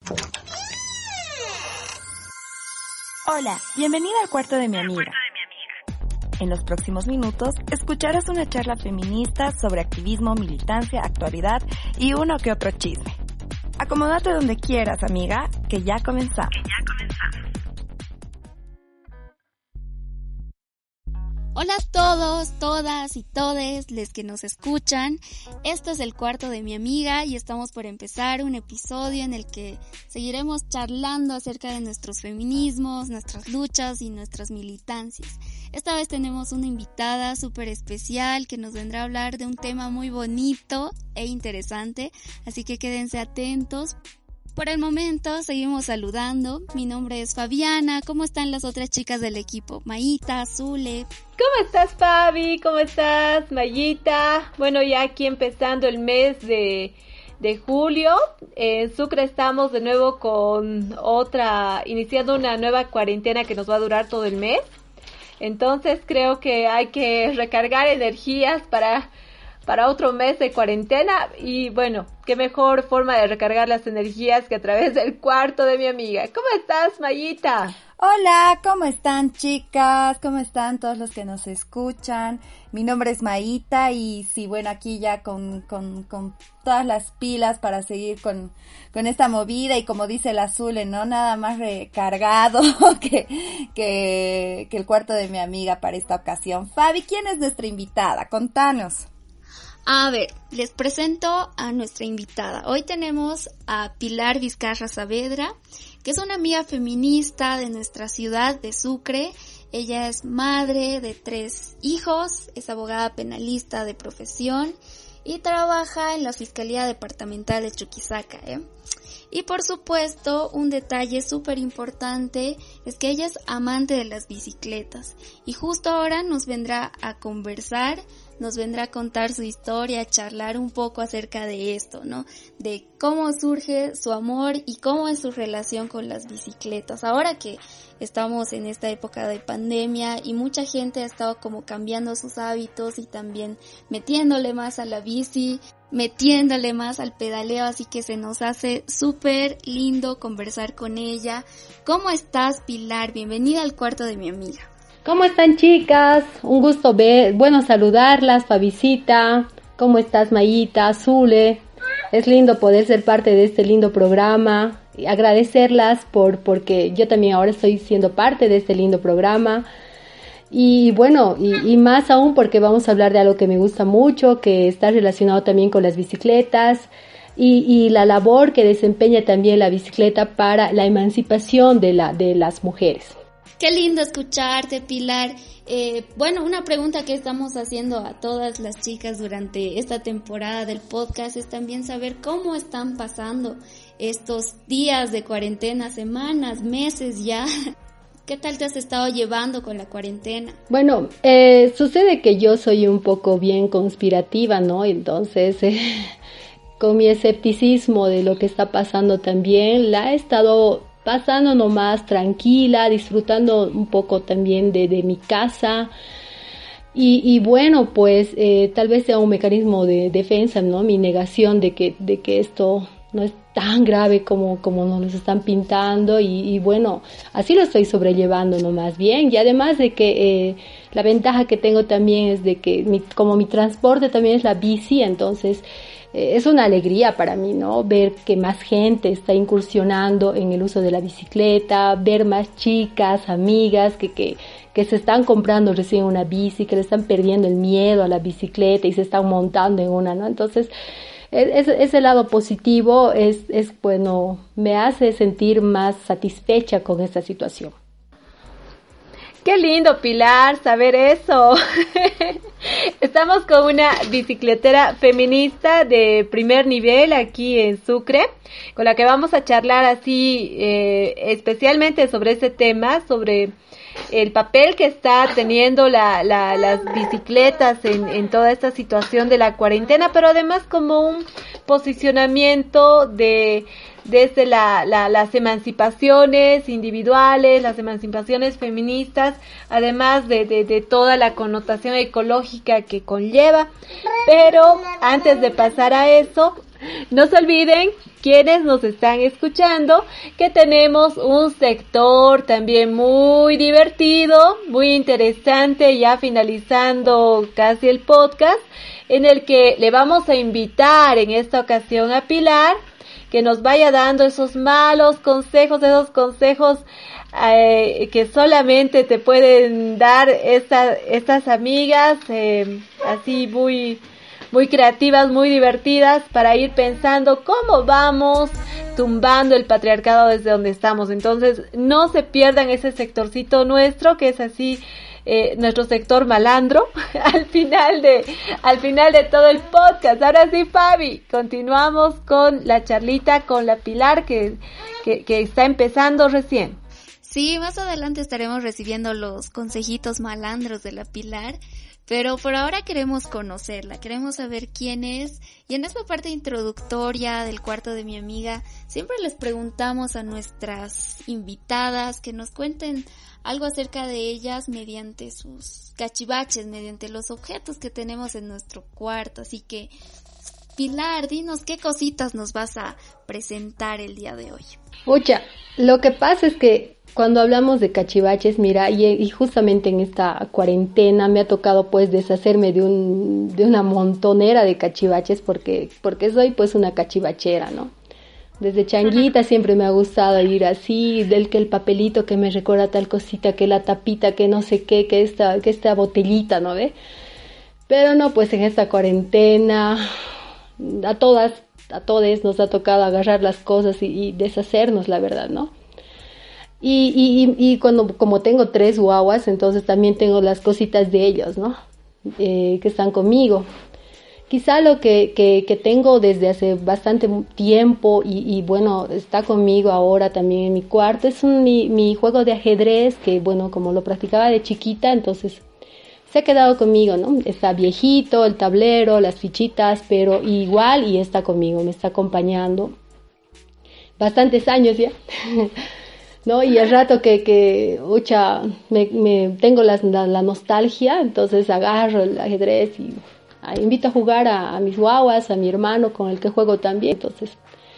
Hola, bienvenida al cuarto de mi amiga. En los próximos minutos escucharás una charla feminista sobre activismo, militancia, actualidad y uno que otro chisme. Acomódate donde quieras, amiga, que ya comenzamos. Hola a todos, todas y todes les que nos escuchan. Esto es el cuarto de mi amiga y estamos por empezar un episodio en el que seguiremos charlando acerca de nuestros feminismos, nuestras luchas y nuestras militancias. Esta vez tenemos una invitada súper especial que nos vendrá a hablar de un tema muy bonito e interesante, así que quédense atentos. Por el momento seguimos saludando. Mi nombre es Fabiana. ¿Cómo están las otras chicas del equipo? Mayita, Zule. ¿Cómo estás, Fabi? ¿Cómo estás, Mayita? Bueno, ya aquí empezando el mes de julio. En Sucre estamos de nuevo iniciando una nueva cuarentena que nos va a durar todo el mes. Entonces creo que hay que recargar energías para otro mes de cuarentena y bueno, qué mejor forma de recargar las energías que a través del cuarto de mi amiga. ¿Cómo estás, Mayita? Hola, ¿cómo están, chicas? ¿Cómo están todos los que nos escuchan? Mi nombre es Mayita y sí, bueno, aquí ya con todas las pilas para seguir con esta movida y como dice el Azul, ¿no? Nada más recargado que el cuarto de mi amiga para esta ocasión. Fabi, ¿quién es nuestra invitada? Contanos. A ver, les presento a nuestra invitada. Hoy tenemos a Pilar Vizcarra Saavedra, que es una amiga feminista de nuestra ciudad de Sucre. Ella es madre de 3 hijos, es abogada penalista de profesión y trabaja en la Fiscalía Departamental de Chuquisaca, Y por supuesto, un detalle súper importante es que ella es amante de las bicicletas y justo ahora nos vendrá a conversar, nos vendrá a contar su historia, a charlar un poco acerca de esto, ¿no? De cómo surge su amor y cómo es su relación con las bicicletas. Ahora que estamos en esta época de pandemia y mucha gente ha estado como cambiando sus hábitos y también metiéndole más a la bici, metiéndole más al pedaleo, así que se nos hace súper lindo conversar con ella. ¿Cómo estás, Pilar? Bienvenida al cuarto de mi amiga. ¿Cómo están, chicas? Un gusto saludarlas, Fabicita. ¿Cómo estás, Mayita, Zule? Es lindo poder ser parte de este lindo programa y agradecerlas porque yo también ahora estoy siendo parte de este lindo programa. Y bueno, y más aún porque vamos a hablar de algo que me gusta mucho, que está relacionado también con las bicicletas y la labor que desempeña también la bicicleta para la emancipación de las mujeres. Qué lindo escucharte, Pilar. Bueno, una pregunta que estamos haciendo a todas las chicas durante esta temporada del podcast es también saber cómo están pasando estos días de cuarentena, semanas, meses ya. ¿Qué tal te has estado llevando con la cuarentena? Bueno, sucede que yo soy un poco bien conspirativa, ¿no? Entonces, con mi escepticismo de lo que está pasando también, la he estado pasando nomás tranquila, disfrutando un poco también de mi casa. Y bueno, pues tal vez sea un mecanismo de defensa, ¿no? Mi negación de que esto no es tan grave como nos están pintando y bueno, así lo estoy sobrellevando nomás bien. Y además de que la ventaja que tengo también es de que como mi transporte también es la bici, entonces es una alegría para mí, ¿no? Ver que más gente está incursionando en el uso de la bicicleta, ver más chicas, amigas que se están comprando recién una bici, que le están perdiendo el miedo a la bicicleta y se están montando en una, ¿no? Entonces, ese lado positivo bueno, me hace sentir más satisfecha con esta situación. Qué lindo, Pilar, saber eso. Estamos con una bicicletera feminista de primer nivel aquí en Sucre, con la que vamos a charlar así especialmente sobre ese tema, sobre el papel que está teniendo las bicicletas en toda esta situación de la cuarentena, pero además como un posicionamiento desde las emancipaciones individuales, las emancipaciones feministas, además de toda la connotación ecológica que conlleva. Pero antes de pasar a eso, No se olviden, quienes nos están escuchando, que tenemos un sector también muy divertido, muy interesante, ya finalizando casi el podcast, en el que le vamos a invitar en esta ocasión a Pilar, que nos vaya dando esos consejos que solamente te pueden dar estas amigas, así muy creativas, muy divertidas, para ir pensando cómo vamos tumbando el patriarcado desde donde estamos. Entonces, no se pierdan ese sectorcito nuestro, que es así, nuestro sector malandro, al final de todo el podcast. Ahora sí, Fabi, continuamos con la charlita con la Pilar, que está empezando recién. Sí, más adelante estaremos recibiendo los consejitos malandros de la Pilar, pero por ahora queremos conocerla, queremos saber quién es, y en esta parte introductoria del cuarto de mi amiga siempre les preguntamos a nuestras invitadas que nos cuenten algo acerca de ellas mediante sus cachivaches, mediante los objetos que tenemos en nuestro cuarto. Así que, Pilar, dinos qué cositas nos vas a presentar el día de hoy. Pucha, lo que pasa es que cuando hablamos de cachivaches, mira, y justamente en esta cuarentena me ha tocado pues deshacerme de una montonera de cachivaches porque soy pues una cachivachera, ¿no? Desde changuita siempre me ha gustado ir así, del que el papelito que me recuerda tal cosita, que la tapita, que no sé qué, que esta botellita, ¿no ve? Pero no, pues en esta cuarentena a todos nos ha tocado agarrar las cosas y deshacernos, la verdad, ¿no? Y como tengo 3 guaguas, entonces también tengo las cositas de ellos, ¿no? Que están conmigo. Quizá lo que tengo desde hace bastante tiempo y bueno, está conmigo ahora también en mi cuarto, es mi juego de ajedrez, que bueno, como lo practicaba de chiquita, entonces se ha quedado conmigo, ¿no? Está viejito, el tablero, las fichitas, pero igual y está conmigo, me está acompañando bastantes años ya. ¿No? Y el rato me tengo la nostalgia, entonces agarro el ajedrez y invito a jugar a mis guaguas, a mi hermano con el que juego también. Entonces,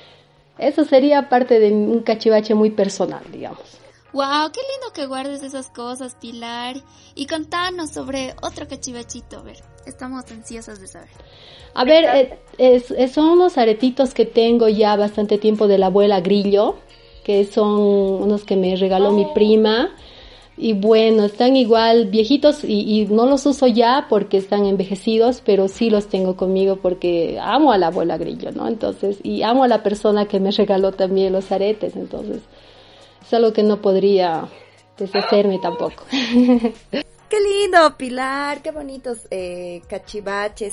eso sería parte de un cachivache muy personal, digamos. ¡Wow! ¡Qué lindo que guardes esas cosas, Pilar! Y contanos sobre otro cachivachito, a ver, estamos ansiosas de saber. A ver, son unos aretitos que tengo ya bastante tiempo de la abuela Grillo, que son unos que me regaló mi prima, y bueno, están igual viejitos y no los uso ya porque están envejecidos, pero sí los tengo conmigo porque amo a la abuela Grillo, ¿no? Entonces, y amo a la persona que me regaló también los aretes, entonces es algo que no podría deshacerme tampoco. ¡Qué lindo, Pilar! ¡Qué bonitos cachivaches!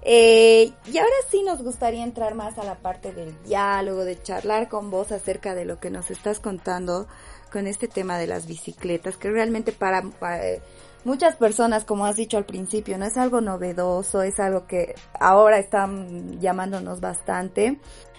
Y ahora sí nos gustaría entrar más a la parte del diálogo, de charlar con vos acerca de lo que nos estás contando con este tema de las bicicletas, que realmente para muchas personas, como has dicho al principio, no es algo novedoso, es algo que ahora están llamándonos bastante.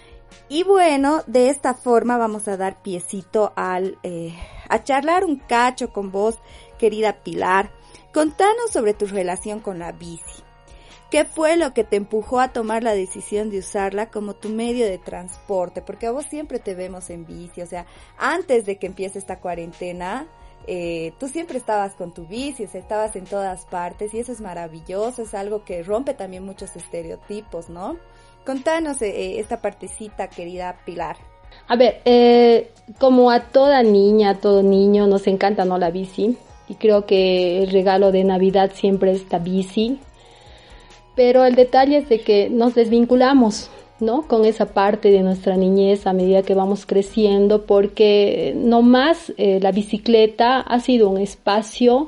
Y bueno, de esta forma vamos a dar piecito a charlar un cacho con vos, querida Pilar. Contanos sobre tu relación con la bici. ¿Qué fue lo que te empujó a tomar la decisión de usarla como tu medio de transporte? Porque a vos siempre te vemos en bici, o sea, antes de que empiece esta cuarentena, tú siempre estabas con tu bici, o sea, estabas en todas partes y eso es maravilloso, es algo que rompe también muchos estereotipos, ¿no? Contanos esta partecita, querida Pilar. A ver, como a toda niña, a todo niño, nos encanta, ¿no?, la bici, y creo que el regalo de Navidad siempre es la bici. Pero el detalle es de que nos desvinculamos, ¿no?, con esa parte de nuestra niñez a medida que vamos creciendo, porque no más la bicicleta ha sido un espacio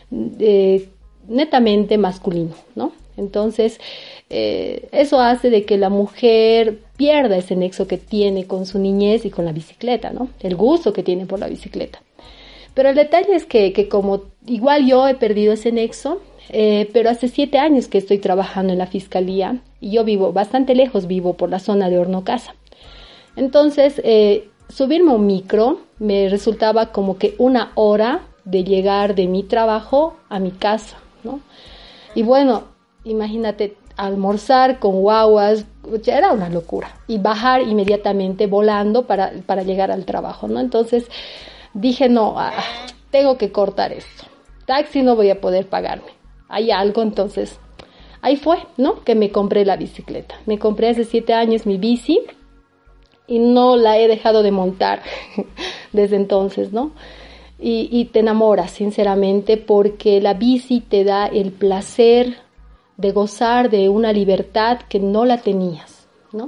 netamente masculino, ¿no? Entonces, eso hace de que la mujer pierda ese nexo que tiene con su niñez y con la bicicleta, ¿no? El gusto que tiene por la bicicleta. Pero el detalle es que como igual yo he perdido ese nexo, pero hace 7 años que estoy trabajando en la fiscalía y yo vivo bastante lejos, vivo por la zona de Hornocasa. Entonces, subirme a un micro me resultaba como que 1 hora de llegar de mi trabajo a mi casa, ¿no? Y bueno, imagínate, almorzar con guaguas, ya era una locura, y bajar inmediatamente volando para llegar al trabajo, ¿no? Entonces dije, no, tengo que cortar esto, taxi no voy a poder pagarme, hay algo. Entonces ahí fue, ¿no? Que me compré la bicicleta, me compré hace 7 años mi bici, y no la he dejado de montar desde entonces, ¿no? Y te enamoras, sinceramente, porque la bici te da el placer de gozar de una libertad que no la tenías, ¿no?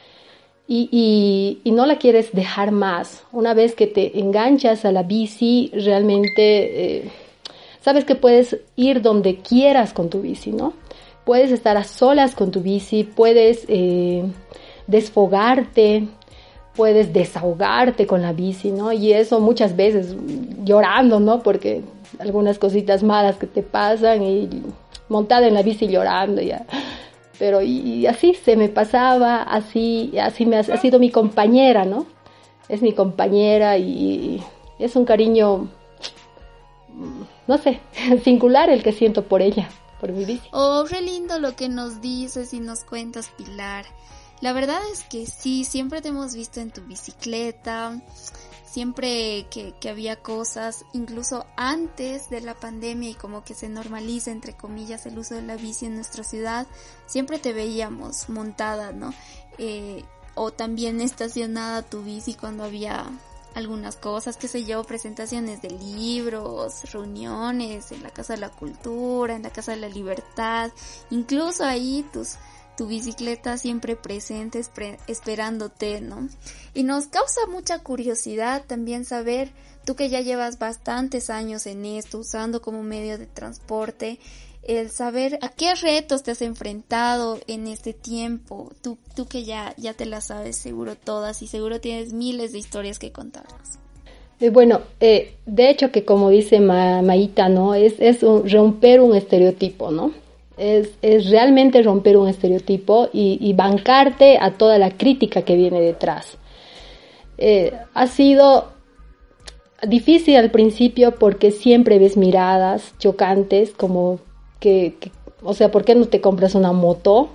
Y no la quieres dejar más. Una vez que te enganchas a la bici, realmente sabes que puedes ir donde quieras con tu bici, ¿no? Puedes estar a solas con tu bici, puedes desfogarte, puedes desahogarte con la bici, ¿no? Y eso muchas veces llorando, ¿no? Porque algunas cositas malas que te pasan y montada en la bici llorando ya. Pero y así se me pasaba, así ha sido mi compañera, ¿no? Es mi compañera y es un cariño, no sé, singular el que siento por ella, por mi bici. Oh, re lindo lo que nos dices y nos cuentas, Pilar. La verdad es que sí, siempre te hemos visto en tu bicicleta, siempre que había cosas, incluso antes de la pandemia y como que se normaliza, entre comillas, el uso de la bici en nuestra ciudad, siempre te veíamos montada, ¿no? O también estacionada tu bici cuando había algunas cosas, qué sé yo, presentaciones de libros, reuniones en la Casa de la Cultura, en la Casa de la Libertad, incluso ahí tu bicicleta siempre presente, esperándote, ¿no? Y nos causa mucha curiosidad también saber, tú que ya llevas bastantes años en esto, usando como medio de transporte, el saber a qué retos te has enfrentado en este tiempo, tú que ya te las sabes seguro todas y seguro tienes miles de historias que contarnos. Bueno, de hecho que como dice Maíta, ¿no? Es romper un estereotipo, ¿no? Es realmente romper un estereotipo y bancarte a toda la crítica que viene detrás. Ha sido difícil al principio porque siempre ves miradas chocantes como que o sea, ¿por qué no te compras una moto?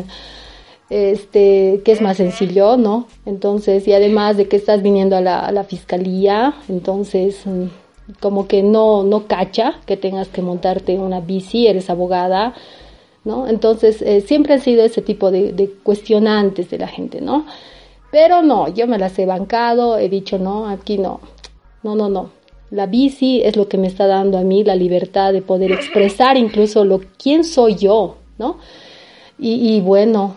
Que es más sencillo, ¿no? Entonces, y además de que estás viniendo a la fiscalía, entonces como que no cacha que tengas que montarte una bici, eres abogada, ¿no? Entonces, siempre han sido ese tipo de cuestionantes de la gente, ¿no? Pero no, yo me las he bancado, he dicho, no, aquí no. La bici es lo que me está dando a mí la libertad de poder expresar incluso quién soy yo, ¿no? Y bueno,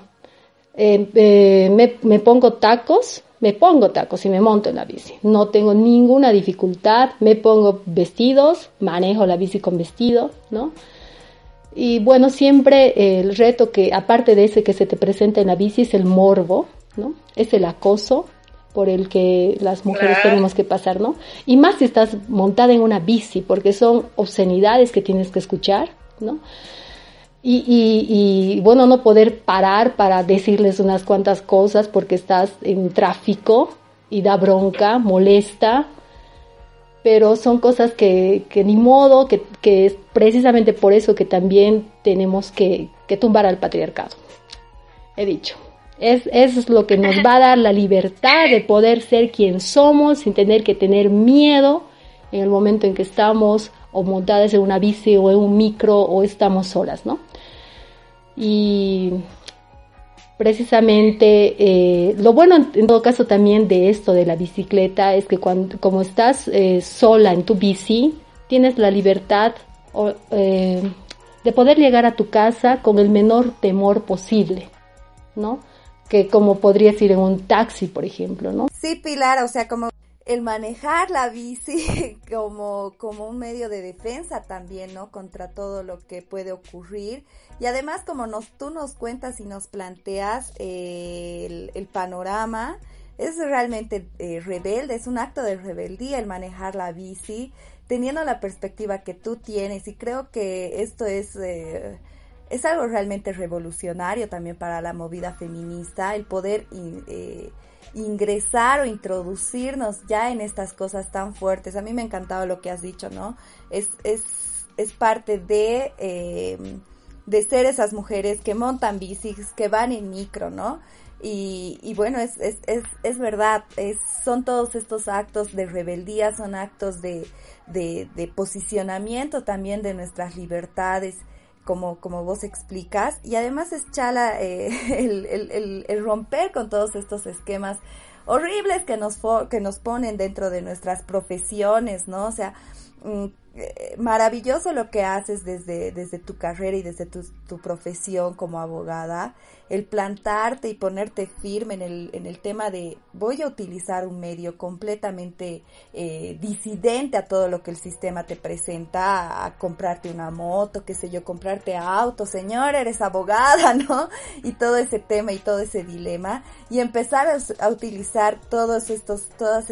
me pongo tacos y me monto en la bici. No tengo ninguna dificultad, me pongo vestidos, manejo la bici con vestido, ¿no? Y bueno, siempre el reto que, aparte de ese que se te presenta en la bici, es el morbo, ¿no? Es el acoso por el que las mujeres tenemos que pasar, ¿no? Y más si estás montada en una bici, porque son obscenidades que tienes que escuchar, ¿no? Y bueno, no poder parar para decirles unas cuantas cosas porque estás en tráfico y da bronca, molesta, pero son cosas que ni modo, que es precisamente por eso que también tenemos que tumbar al patriarcado. He dicho, eso es lo que nos va a dar la libertad de poder ser quien somos sin tener que tener miedo en el momento en que estamos o montadas en una bici o en un micro o estamos solas, ¿no? Y precisamente lo bueno en todo caso también de esto de la bicicleta es que como estás sola en tu bici, tienes la libertad de poder llegar a tu casa con el menor temor posible, ¿no? Que como podrías ir en un taxi, por ejemplo, ¿no? Sí, Pilar, o sea, como el manejar la bici como un medio de defensa también, ¿no? Contra todo lo que puede ocurrir. Y además, como tú nos cuentas y nos planteas el panorama, es realmente rebelde, es un acto de rebeldía el manejar la bici, teniendo la perspectiva que tú tienes. Y creo que esto es algo realmente revolucionario también para la movida feminista, el poder ingresar o introducirnos ya en estas cosas tan fuertes. A mí me ha encantado lo que has dicho, ¿no? Es parte de ser esas mujeres que montan bicis, que van en micro, ¿no? Y bueno, es verdad, son todos estos actos de rebeldía, son actos de posicionamiento también de nuestras libertades, como vos explicas, y además es chala el romper con todos estos esquemas horribles que nos ponen dentro de nuestras profesiones, ¿no? O sea, maravilloso lo que haces desde tu carrera y desde tu profesión como abogada, el plantarte y ponerte firme en el tema de voy a utilizar un medio completamente disidente a todo lo que el sistema te presenta, a comprarte una moto, qué sé yo, comprarte auto, señor, eres abogada, ¿no? Y todo ese tema y todo ese dilema, y empezar a utilizar todas estas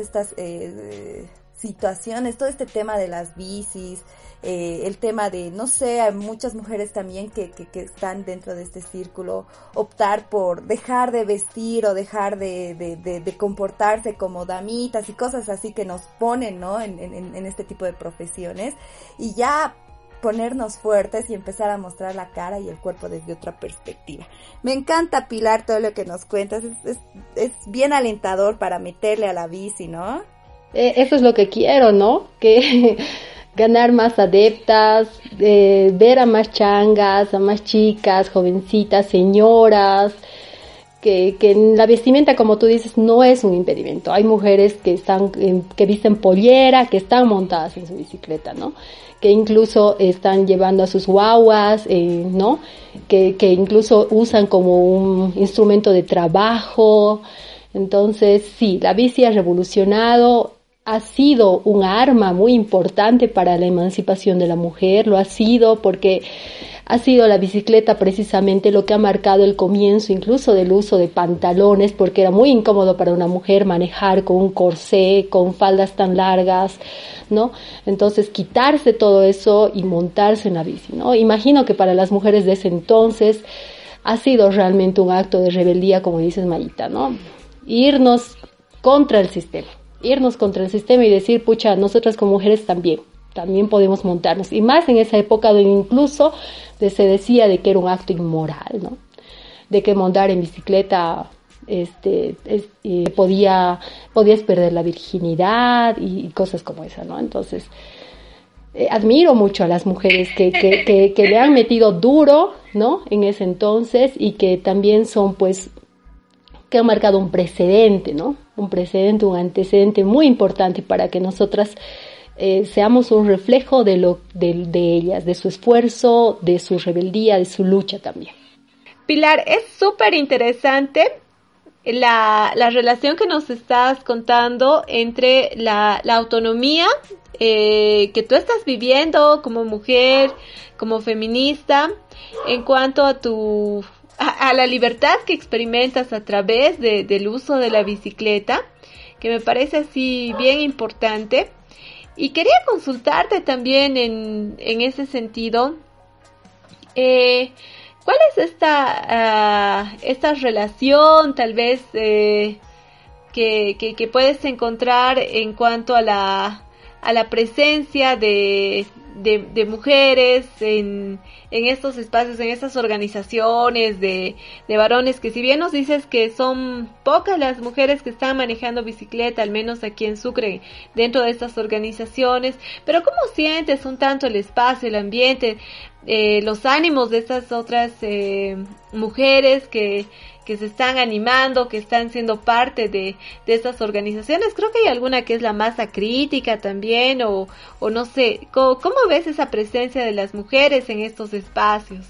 situaciones, todo este tema de las bicis, el tema de, no sé, hay muchas mujeres también que están dentro de este círculo, optar por dejar de vestir o dejar de comportarse como damitas y cosas así que nos ponen, ¿no? En este tipo de profesiones, y ya ponernos fuertes y empezar a mostrar la cara y el cuerpo desde otra perspectiva. Me encanta, Pilar, todo lo que nos cuentas, es bien alentador para meterle a la bici, ¿no? Eso es lo que quiero, ¿no? Que ganar más adeptas, ver a más changas, a más chicas, jovencitas, señoras, que en la vestimenta, como tú dices, no es un impedimento. Hay mujeres que visten pollera, que están montadas en su bicicleta, ¿no? Que incluso están llevando a sus guaguas, ¿no? Que incluso usan como un instrumento de trabajo. Entonces, sí, la bici ha revolucionado, ha sido un arma muy importante para la emancipación de la mujer, lo ha sido porque ha sido la bicicleta precisamente lo que ha marcado el comienzo incluso del uso de pantalones, porque era muy incómodo para una mujer manejar con un corsé, con faldas tan largas, ¿no? Entonces quitarse todo eso y montarse en la bici, ¿no? Imagino que para las mujeres de ese entonces ha sido realmente un acto de rebeldía, como dices, Mayita, ¿no? Irnos contra el sistema y decir, pucha, nosotras como mujeres también podemos montarnos, y más en esa época donde incluso se decía de que era un acto inmoral, ¿no? De que montar en bicicleta podías perder la virginidad y cosas como esa, ¿no? Entonces, admiro mucho a las mujeres que le han metido duro, ¿no? En ese entonces, y que también son, pues, que han marcado un precedente, ¿no? Un antecedente muy importante para que nosotras seamos un reflejo de ellas, de su esfuerzo, de su rebeldía, de su lucha también. Pilar, es súper interesante la relación que nos estás contando entre la autonomía que tú estás viviendo como mujer, como feminista, en cuanto a la libertad que experimentas a través del uso de la bicicleta, que me parece así bien importante. Y quería consultarte también en ese sentido, ¿cuál es esta relación tal vez que puedes encontrar en cuanto a la presencia de mujeres en estos espacios, en estas organizaciones de varones, que si bien nos dices que son pocas las mujeres que están manejando bicicleta, al menos aquí en Sucre, dentro de estas organizaciones, pero ¿cómo sientes un tanto el espacio, el ambiente, los ánimos de estas otras mujeres que se están animando, que están siendo parte de estas organizaciones? Creo que hay alguna que es la masa crítica también, o no sé, ¿cómo ves esa presencia de las mujeres en estos espacios?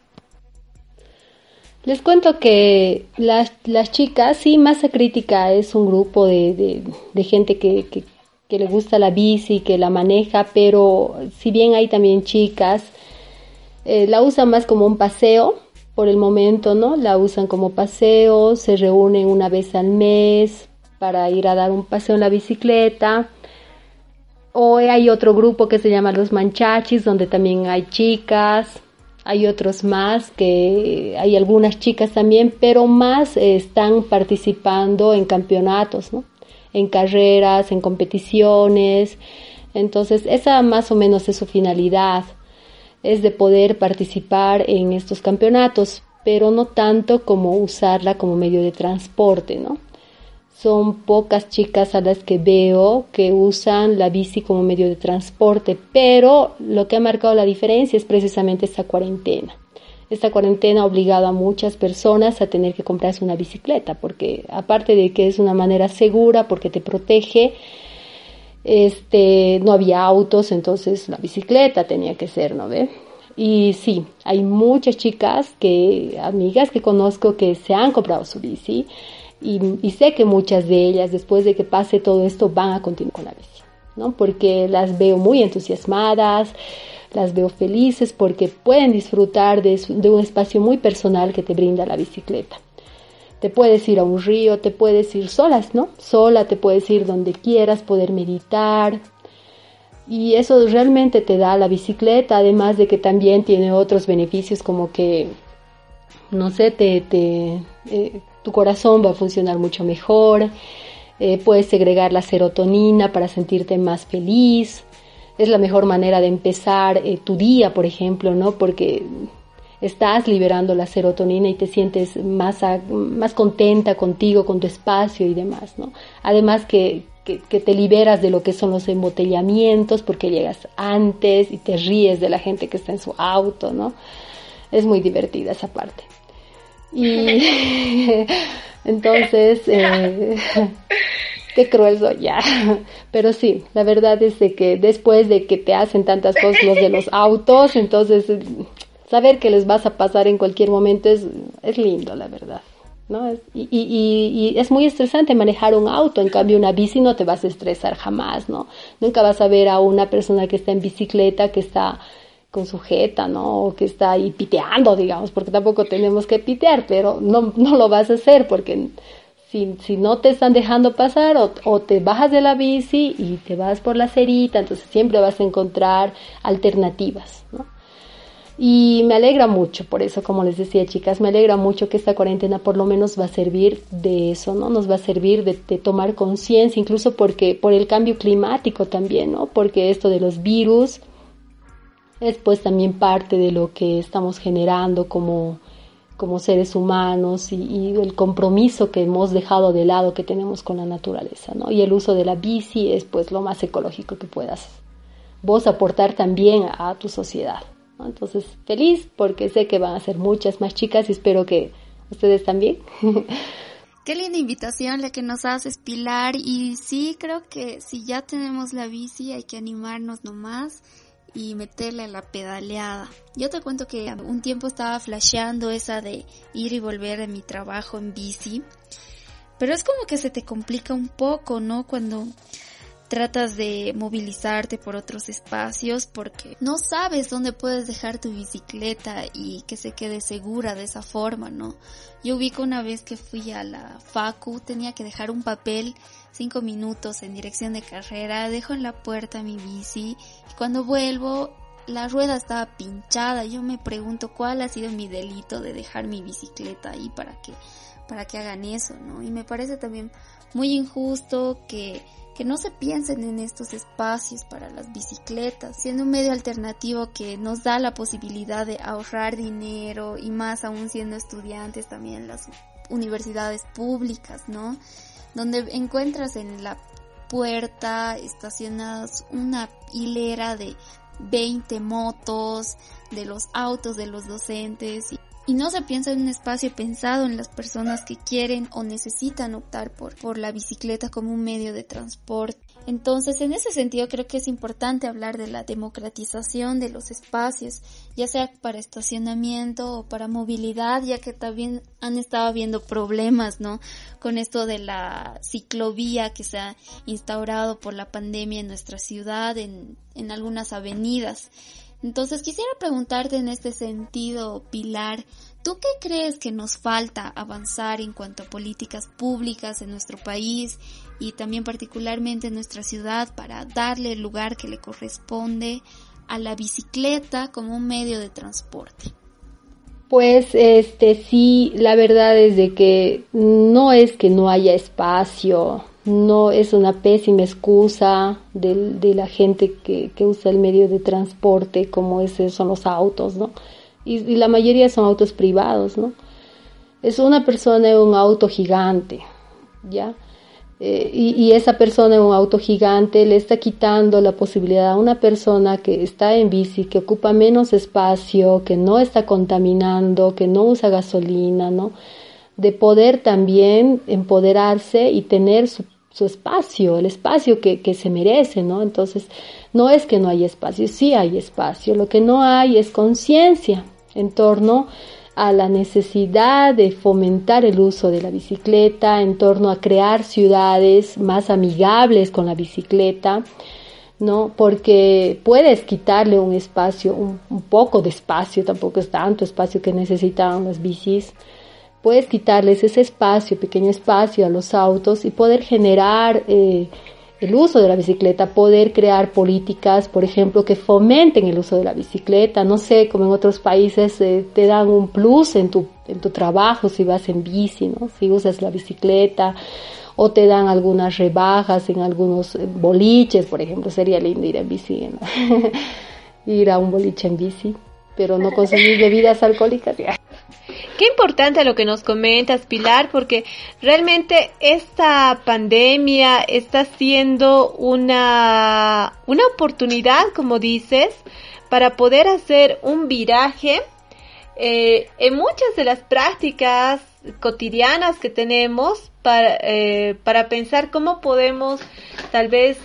Les cuento que las chicas, sí, Masa Crítica es un grupo de gente que le gusta la bici, que la maneja, pero si bien hay también chicas, la usan más como un paseo. Por el momento, ¿no? La usan como paseo, se reúnen una vez al mes para ir a dar un paseo en la bicicleta. O hay otro grupo que se llama Los Manchachis, donde también hay chicas. Hay otros más, que hay algunas chicas también, pero más están participando en campeonatos, ¿no? En carreras, en competiciones. Entonces, esa más o menos es su finalidad. es de poder participar en estos campeonatos, pero no tanto como usarla como medio de transporte, ¿no? Son pocas chicas a las que veo que usan la bici como medio de transporte, pero lo que ha marcado la diferencia es precisamente esta cuarentena. Esta cuarentena ha obligado a muchas personas a tener que comprarse una bicicleta, porque aparte de que es una manera segura, porque te protege, no había autos, entonces la bicicleta tenía que ser, ¿no ve? Y sí, hay muchas chicas, amigas que conozco que se han comprado su bici, y sé que muchas de ellas, después de que pase todo esto, van a continuar con la bici, ¿no? Porque las veo muy entusiasmadas, las veo felices porque pueden disfrutar de un espacio muy personal que te brinda la bicicleta. Te puedes ir a un río, te puedes ir solas, ¿no? Sola, te puedes ir donde quieras, poder meditar. Y eso realmente te da la bicicleta, además de que también tiene otros beneficios como que, no sé, tu corazón va a funcionar mucho mejor, puedes segregar la serotonina para sentirte más feliz. Es la mejor manera de empezar tu día, por ejemplo, ¿no? Porque estás liberando la serotonina y te sientes más contenta contigo, con tu espacio y demás, ¿no? Además que te liberas de lo que son los embotellamientos porque llegas antes y te ríes de la gente que está en su auto, ¿no? Es muy divertida esa parte. Y entonces... Qué cruel soy ya, pero sí, la verdad es de que después de que te hacen tantas cosas los de los autos, entonces saber que les vas a pasar en cualquier momento es lindo, la verdad, ¿no? Y es muy estresante manejar un auto, en cambio una bici no te vas a estresar jamás, ¿no? Nunca vas a ver a una persona que está en bicicleta, que está con sujeta, ¿no? O que está ahí piteando, digamos, porque tampoco tenemos que pitear, pero no lo vas a hacer porque... Si no te están dejando pasar o te bajas de la bici y te vas por la acerita, entonces siempre vas a encontrar alternativas, ¿no? Y me alegra mucho, por eso, como les decía, chicas, me alegra mucho que esta cuarentena por lo menos va a servir de eso, ¿no? Nos va a servir de tomar conciencia, incluso por el cambio climático también, ¿no? Porque esto de los virus es pues también parte de lo que estamos generando como seres humanos y el compromiso que hemos dejado de lado que tenemos con la naturaleza, ¿no? Y el uso de la bici es pues lo más ecológico que puedas vos aportar también a tu sociedad, ¿no? Entonces, feliz porque sé que van a ser muchas más chicas y espero que ustedes también. Qué linda invitación la que nos haces, Pilar, y sí, creo que si ya tenemos la bici hay que animarnos nomás y meterle la pedaleada. Yo te cuento que un tiempo estaba flasheando esa de ir y volver de mi trabajo en bici, pero es como que se te complica un poco, ¿no? Cuando tratas de movilizarte por otros espacios porque no sabes dónde puedes dejar tu bicicleta y que se quede segura de esa forma, ¿no? Yo ubico una vez que fui a la facu, tenía que dejar un papel 5 minutos en dirección de carrera, dejo en la puerta mi bici y cuando vuelvo la rueda estaba pinchada. Yo me pregunto cuál ha sido mi delito de dejar mi bicicleta ahí para que hagan eso, ¿no? Y me parece también muy injusto que no se piensen en estos espacios para las bicicletas, siendo un medio alternativo que nos da la posibilidad de ahorrar dinero y más aún siendo estudiantes también en las universidades públicas, ¿no? Donde encuentras en la puerta estacionadas una hilera de 20 motos, de los autos de los docentes y no se piensa en un espacio pensado en las personas que quieren o necesitan optar por la bicicleta como un medio de transporte. Entonces, en ese sentido, creo que es importante hablar de la democratización de los espacios, ya sea para estacionamiento o para movilidad, ya que también han estado habiendo problemas, ¿no? Con esto de la ciclovía que se ha instaurado por la pandemia en nuestra ciudad, en algunas avenidas. Entonces quisiera preguntarte en este sentido, Pilar, ¿tú qué crees que nos falta avanzar en cuanto a políticas públicas en nuestro país y también particularmente en nuestra ciudad para darle el lugar que le corresponde a la bicicleta como un medio de transporte? Pues sí, la verdad es de que no es que no haya espacio, no es una pésima excusa de la gente que usa el medio de transporte como son los autos, ¿no? Y la mayoría son autos privados, ¿no? Es una persona en un auto gigante, ¿ya? Y esa persona en un auto gigante le está quitando la posibilidad a una persona que está en bici, que ocupa menos espacio, que no está contaminando, que no usa gasolina, ¿no? De poder también empoderarse y tener su espacio, el espacio que se merece, ¿no? Entonces, no es que no hay espacio, sí hay espacio, lo que no hay es conciencia en torno a la necesidad de fomentar el uso de la bicicleta, en torno a crear ciudades más amigables con la bicicleta, ¿no? Porque puedes quitarle un espacio, un poco de espacio, tampoco es tanto espacio que necesitan las bicis, puedes quitarles ese espacio, pequeño espacio a los autos y poder generar el uso de la bicicleta, poder crear políticas, por ejemplo, que fomenten el uso de la bicicleta. No sé, como en otros países te dan un plus en tu trabajo si vas en bici, ¿no? Si usas la bicicleta, o te dan algunas rebajas en algunos boliches, por ejemplo. Sería lindo ir en bici, ¿no? Ir a un boliche en bici, pero no consumir bebidas alcohólicas. Qué importante lo que nos comentas, Pilar, porque realmente esta pandemia está siendo una oportunidad, como dices, para poder hacer un viraje en muchas de las prácticas cotidianas que tenemos para pensar cómo podemos tal vez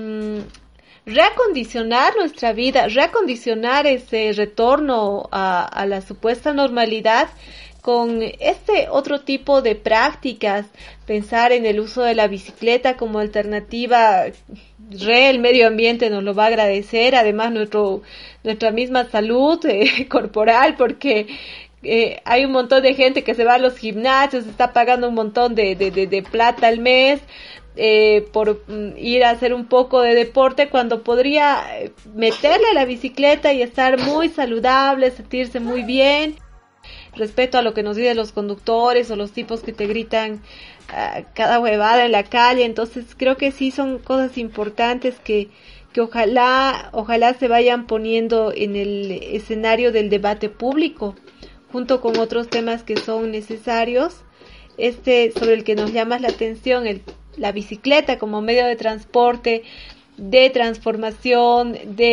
reacondicionar nuestra vida, reacondicionar ese retorno a la supuesta normalidad con este otro tipo de prácticas, pensar en el uso de la bicicleta como alternativa. El medio ambiente nos lo va a agradecer, además nuestra misma salud corporal, porque hay un montón de gente que se va a los gimnasios, está pagando un montón de plata al mes por ir a hacer un poco de deporte, cuando podría meterle a la bicicleta y estar muy saludable, sentirse muy bien. Respecto a lo que nos dicen los conductores o los tipos que te gritan cada huevada en la calle, entonces creo que sí son cosas importantes que ojalá se vayan poniendo en el escenario del debate público, junto con otros temas que son necesarios. Sobre el que nos llama la atención, la bicicleta como medio de transporte, de transformación,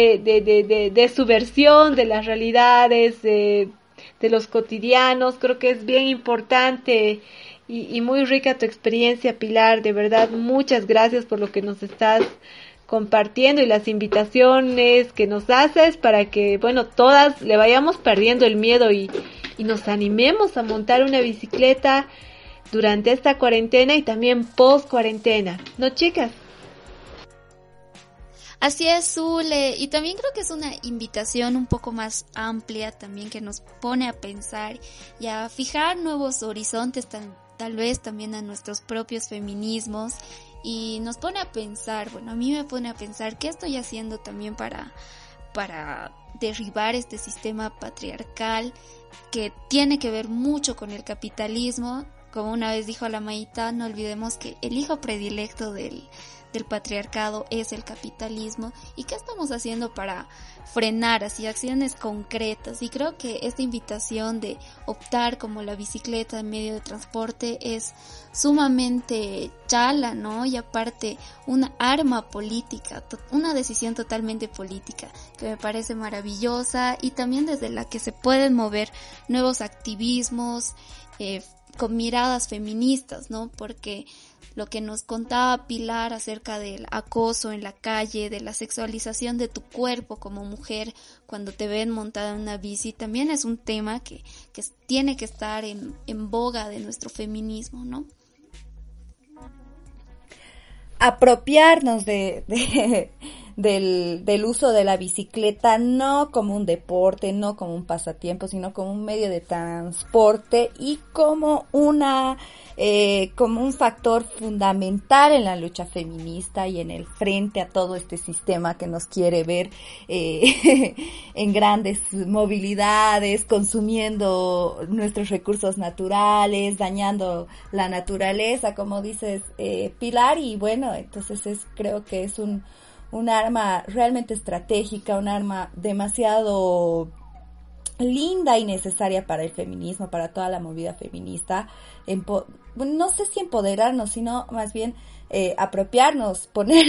de subversión de las realidades, de los cotidianos. Creo que es bien importante y muy rica tu experiencia, Pilar. De verdad, muchas gracias por lo que nos estás compartiendo y las invitaciones que nos haces para que, bueno, todas le vayamos perdiendo el miedo y nos animemos a montar una bicicleta durante esta cuarentena y también post cuarentena, ¿no, chicas? Así es, Zule, y también creo que es una invitación un poco más amplia también, que nos pone a pensar y a fijar nuevos horizontes, tal vez también a nuestros propios feminismos, y nos pone a pensar, bueno, a mí me pone a pensar qué estoy haciendo también para derribar este sistema patriarcal que tiene que ver mucho con el capitalismo. Como una vez dijo la Maíta, no olvidemos que el hijo predilecto del patriarcado es el capitalismo, y qué estamos haciendo para frenar así acciones concretas. Y creo que esta invitación de optar como la bicicleta en medio de transporte es sumamente chala, ¿no? Y aparte una arma política, una decisión totalmente política que me parece maravillosa, y también desde la que se pueden mover nuevos activismos con miradas feministas, ¿no? Porque lo que nos contaba Pilar acerca del acoso en la calle, de la sexualización de tu cuerpo como mujer cuando te ven montada en una bici, también es un tema que tiene que estar en boga de nuestro feminismo, ¿no? Apropiarnos de del uso de la bicicleta no como un deporte, no como un pasatiempo, sino como un medio de transporte y como como un factor fundamental en la lucha feminista y en el frente a todo este sistema que nos quiere ver en grandes movilidades, consumiendo nuestros recursos naturales, dañando la naturaleza, como dices, Pilar, y bueno, entonces creo que es un arma realmente estratégica, un arma demasiado linda y necesaria para el feminismo, para toda la movida feminista. No sé si empoderarnos, sino más bien apropiarnos, poner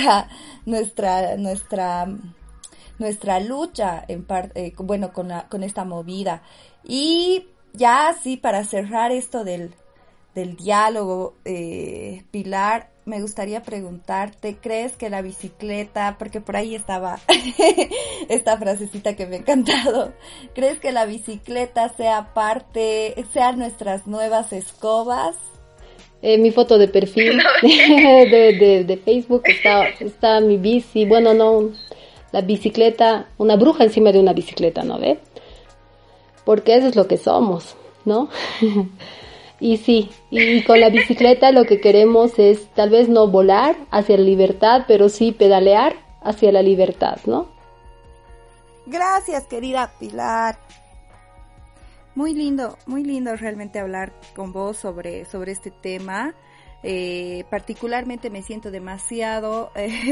nuestra lucha en bueno, con esta movida. Y ya sí, para cerrar esto del diálogo, Pilar, me gustaría preguntarte, ¿crees que la bicicleta, porque por ahí estaba esta frasecita que me ha encantado, ¿crees que la bicicleta sean nuestras nuevas escobas? Mi foto de perfil de Facebook está mi bici, bueno, no, la bicicleta, una bruja encima de una bicicleta, ¿no ve? Porque eso es lo que somos, ¿no? Y sí, y con la bicicleta lo que queremos es tal vez no volar hacia la libertad, pero sí pedalear hacia la libertad, ¿no? Gracias, querida Pilar. Muy lindo realmente hablar con vos sobre este tema. Particularmente me siento demasiado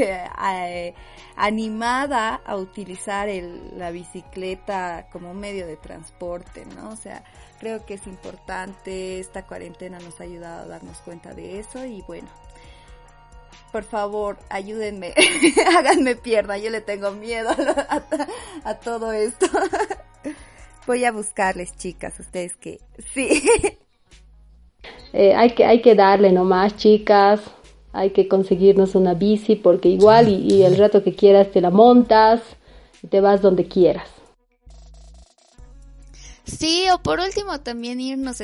animada a utilizar la bicicleta como medio de transporte, ¿no? O sea, creo que es importante, esta cuarentena nos ha ayudado a darnos cuenta de eso y bueno, por favor, ayúdenme, háganme pierna, yo le tengo miedo a todo esto. Voy a buscarles, chicas, ustedes que sí. Hay que darle nomás, chicas, hay que conseguirnos una bici porque igual y el rato que quieras te la montas y te vas donde quieras. Sí, o por último también irnos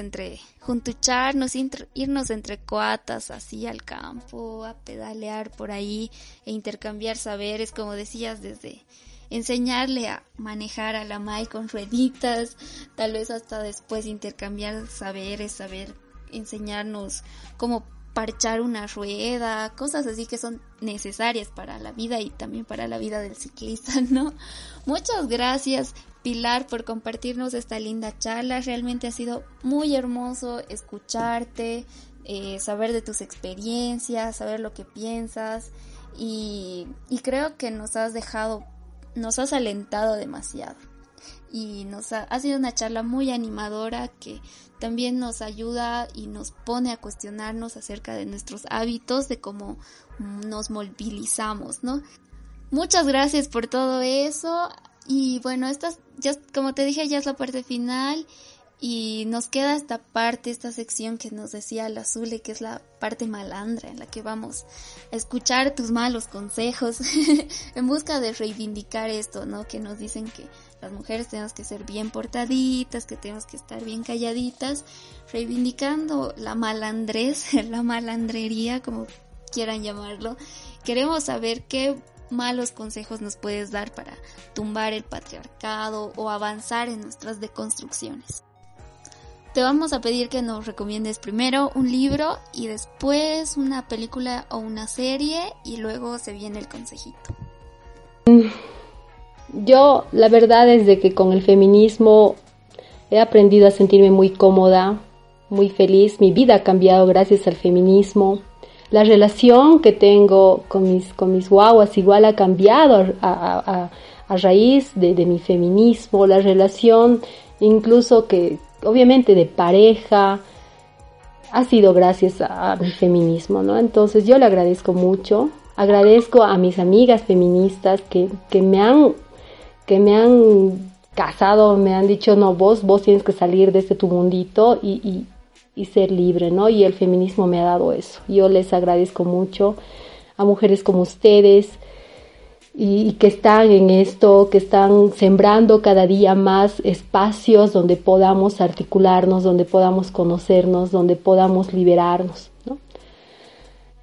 irnos entre cuatas así al campo, a pedalear por ahí e intercambiar saberes, como decías, desde enseñarle a manejar a la Mai con rueditas, tal vez hasta después intercambiar saberes, enseñarnos cómo parchar una rueda, cosas así que son necesarias para la vida y también para la vida del ciclista, ¿no? Muchas gracias, Pilar, por compartirnos esta linda charla. Realmente ha sido muy hermoso escucharte, saber de tus experiencias, saber lo que piensas y creo que nos has alentado demasiado. Y ha sido una charla muy animadora que también nos ayuda y nos pone a cuestionarnos acerca de nuestros hábitos, de cómo nos movilizamos, ¿no? Muchas gracias por todo eso y bueno, como te dije, ya es la parte final y nos queda esta sección que nos decía la Zule, que es la parte malandra, en la que vamos a escuchar tus malos consejos en busca de reivindicar esto, ¿no? Que nos dicen que las mujeres tenemos que ser bien portaditas, que tenemos que estar bien calladitas, reivindicando la malandrez, la malandrería, como quieran llamarlo. Queremos saber qué malos consejos nos puedes dar para tumbar el patriarcado o avanzar en nuestras deconstrucciones. Te vamos a pedir que nos recomiendes primero un libro y después una película o una serie y luego se viene el consejito. Yo, la verdad es de que con el feminismo he aprendido a sentirme muy cómoda, muy feliz. Mi vida ha cambiado gracias al feminismo. La relación que tengo con mis guaguas igual ha cambiado a raíz de mi feminismo. La relación incluso que obviamente de pareja ha sido gracias a mi feminismo, ¿no? Entonces yo le agradezco mucho. Agradezco a mis amigas feministas que me han casado, me han dicho, no, vos tienes que salir de tu mundito y ser libre, ¿no? Y el feminismo me ha dado eso. Yo les agradezco mucho a mujeres como ustedes y que están en esto, que están sembrando cada día más espacios donde podamos articularnos, donde podamos conocernos, donde podamos liberarnos, ¿no?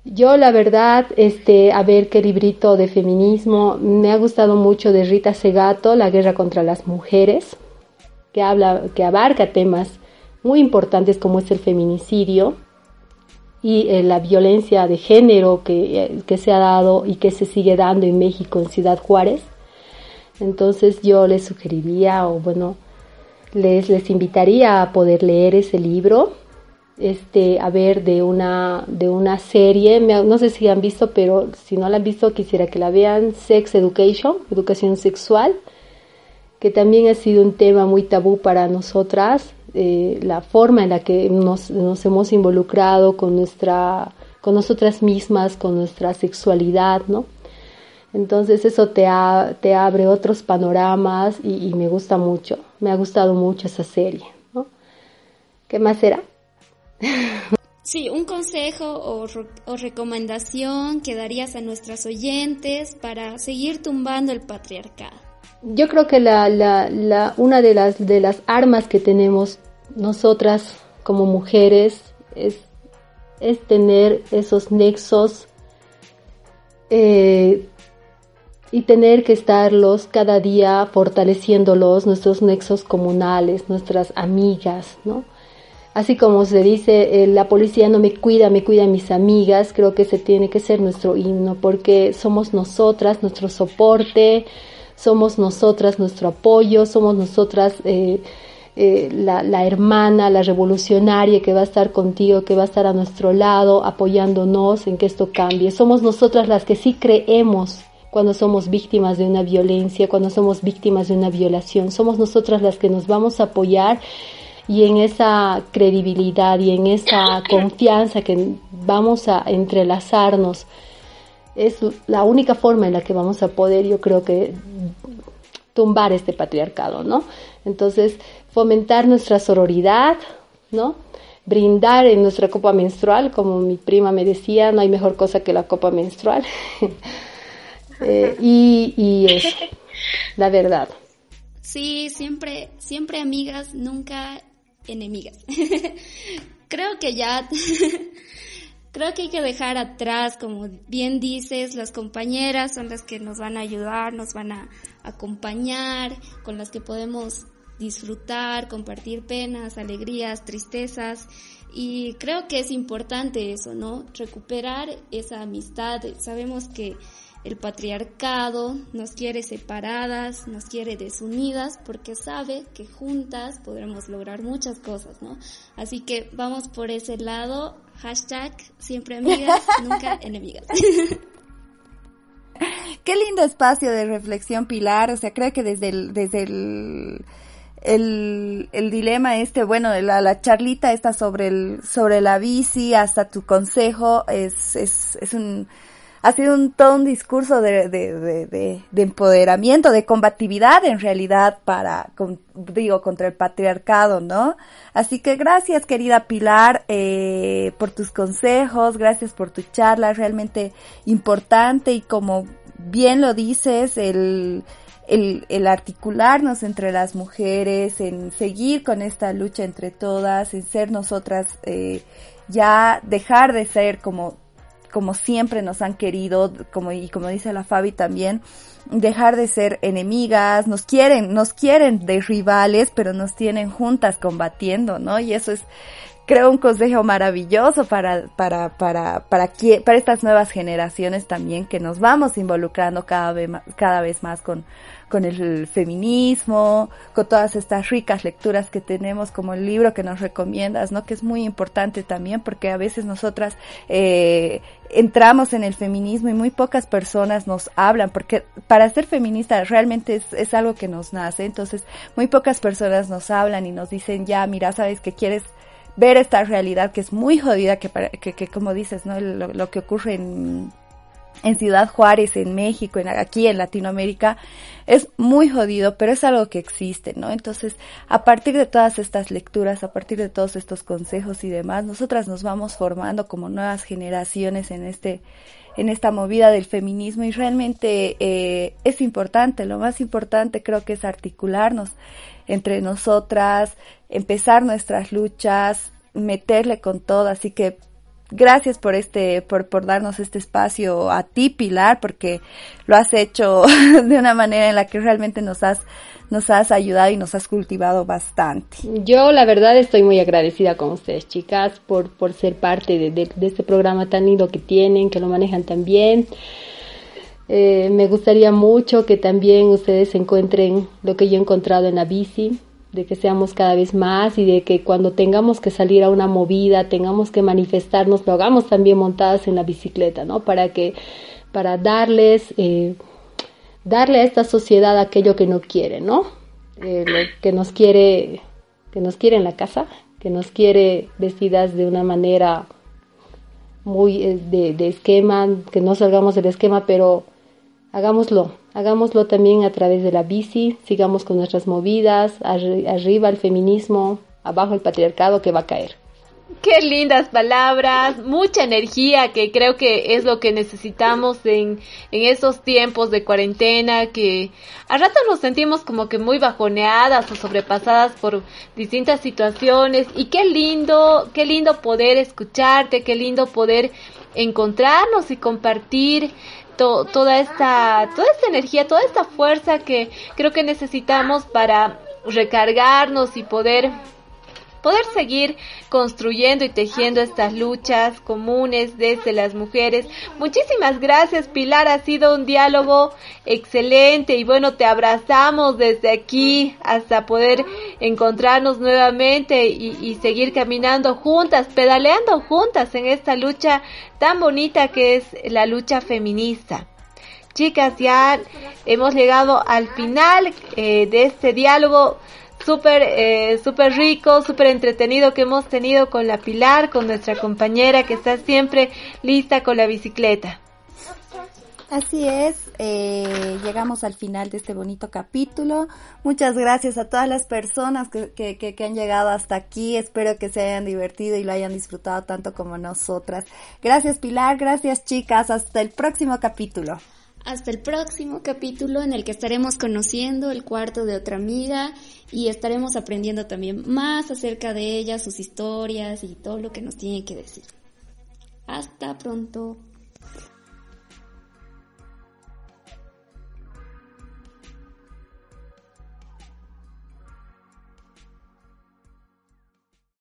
Yo la verdad, a ver qué librito de feminismo, me ha gustado mucho de Rita Segato, La guerra contra las mujeres, que abarca temas muy importantes como es el feminicidio y la violencia de género que se ha dado y que se sigue dando en México, en Ciudad Juárez. Entonces yo les sugeriría, o bueno, les invitaría a poder leer ese libro, a ver de una serie, no sé si han visto, pero si no la han visto quisiera que la vean, Sex Education, educación sexual, que también ha sido un tema muy tabú para nosotras, la forma en la que nos hemos involucrado con nosotras mismas, con nuestra sexualidad, ¿no? Entonces eso te abre otros panoramas y me gusta mucho, me ha gustado mucho esa serie, ¿no? ¿Qué más era? Sí, un consejo o recomendación que darías a nuestras oyentes para seguir tumbando el patriarcado. Yo creo que una de las armas que tenemos nosotras como mujeres es tener esos nexos y tener que estarlos cada día fortaleciéndolos, nuestros nexos comunales, nuestras amigas, ¿no? Así como se dice, la policía no me cuida a mis amigas, creo que ese tiene que ser nuestro himno, porque somos nosotras nuestro soporte, somos nosotras nuestro apoyo, somos nosotras la hermana, la revolucionaria que va a estar contigo, que va a estar a nuestro lado, apoyándonos en que esto cambie. Somos nosotras las que sí creemos cuando somos víctimas de una violencia, cuando somos víctimas de una violación. Somos nosotras las que nos vamos a apoyar, y en esa credibilidad y en esa confianza que vamos a entrelazarnos es la única forma en la que vamos a poder, yo creo que, tumbar este patriarcado, ¿no? Entonces, fomentar nuestra sororidad, ¿no? Brindar en nuestra copa menstrual, como mi prima me decía, no hay mejor cosa que la copa menstrual. Y eso, la verdad. Sí, siempre amigas, nunca enemigas. Creo que hay que dejar atrás, como bien dices, las compañeras son las que nos van a ayudar, nos van a acompañar, con las que podemos disfrutar, compartir penas, alegrías, tristezas, y creo que es importante eso, ¿no? Recuperar esa amistad. Sabemos que el patriarcado nos quiere separadas, nos quiere desunidas, porque sabe que juntas podremos lograr muchas cosas, ¿no? Así que vamos por ese lado, #siempre amigas, nunca enemigas. Qué lindo espacio de reflexión, Pilar. O sea, creo que desde el dilema bueno, la charlita esta sobre la bici hasta tu consejo ha sido todo un discurso de empoderamiento, de combatividad en realidad contra el patriarcado, ¿no? Así que gracias, querida Pilar, por tus consejos, gracias por tu charla, realmente importante, y como bien lo dices, el articularnos entre las mujeres, en seguir con esta lucha entre todas, en ser nosotras, ya dejar de ser como siempre nos han querido, como dice la Fabi también, dejar de ser enemigas, nos quieren de rivales, pero nos tienen juntas combatiendo, ¿no? Y eso es, creo, un consejo maravilloso para estas nuevas generaciones también, que nos vamos involucrando cada vez más con el feminismo, con todas estas ricas lecturas que tenemos, como el libro que nos recomiendas, ¿no? Que es muy importante también, porque a veces nosotras entramos en el feminismo y muy pocas personas nos hablan, porque para ser feminista realmente es algo que nos nace. Entonces muy pocas personas nos hablan y nos dicen, ya, mira, sabes que quieres ver esta realidad que es muy jodida, que como dices, ¿no? Lo que ocurre en Ciudad Juárez, en México, aquí en Latinoamérica, es muy jodido, pero es algo que existe, ¿no? Entonces, a partir de todas estas lecturas, a partir de todos estos consejos y demás, nosotras nos vamos formando como nuevas generaciones en esta movida del feminismo, y realmente es importante. Lo más importante creo que es articularnos entre nosotras, empezar nuestras luchas, meterle con todo. Así que gracias por darnos este espacio a ti, Pilar, porque lo has hecho de una manera en la que realmente nos has ayudado y nos has cultivado bastante. Yo la verdad estoy muy agradecida con ustedes, chicas, por ser parte de este programa tan lindo que tienen, que lo manejan tan bien. Me gustaría mucho que también ustedes encuentren lo que yo he encontrado en la bici, de que seamos cada vez más y de que cuando tengamos que salir a una movida, tengamos que manifestarnos, lo hagamos también montadas en la bicicleta, ¿no? Para darle a esta sociedad aquello que no quiere, ¿no? Lo que nos quiere en la casa, que nos quiere vestidas de una manera muy de esquema, que no salgamos del esquema, pero hagámoslo también a través de la bici, sigamos con nuestras movidas, arriba el feminismo, abajo el patriarcado que va a caer. Qué lindas palabras, mucha energía, que creo que es lo que necesitamos en estos tiempos de cuarentena, que a ratos nos sentimos como que muy bajoneadas o sobrepasadas por distintas situaciones, y qué lindo poder escucharte, qué lindo poder encontrarnos y compartir toda esta energía, toda esta fuerza que creo que necesitamos para recargarnos y poder seguir construyendo y tejiendo estas luchas comunes desde las mujeres. Muchísimas gracias, Pilar, ha sido un diálogo excelente y bueno, te abrazamos desde aquí hasta poder encontrarnos nuevamente y seguir caminando juntas, pedaleando juntas en esta lucha tan bonita que es la lucha feminista. Chicas, ya hemos llegado al final de este diálogo súper rico, súper entretenido que hemos tenido con la Pilar, con nuestra compañera que está siempre lista con la bicicleta. Así es, llegamos al final de este bonito capítulo. Muchas gracias a todas las personas que han llegado hasta aquí. Espero que se hayan divertido y lo hayan disfrutado tanto como nosotras. Gracias, Pilar, gracias, chicas, hasta el próximo capítulo. Hasta el próximo capítulo en el que estaremos conociendo el cuarto de otra amiga y estaremos aprendiendo también más acerca de ella, sus historias y todo lo que nos tiene que decir. Hasta pronto.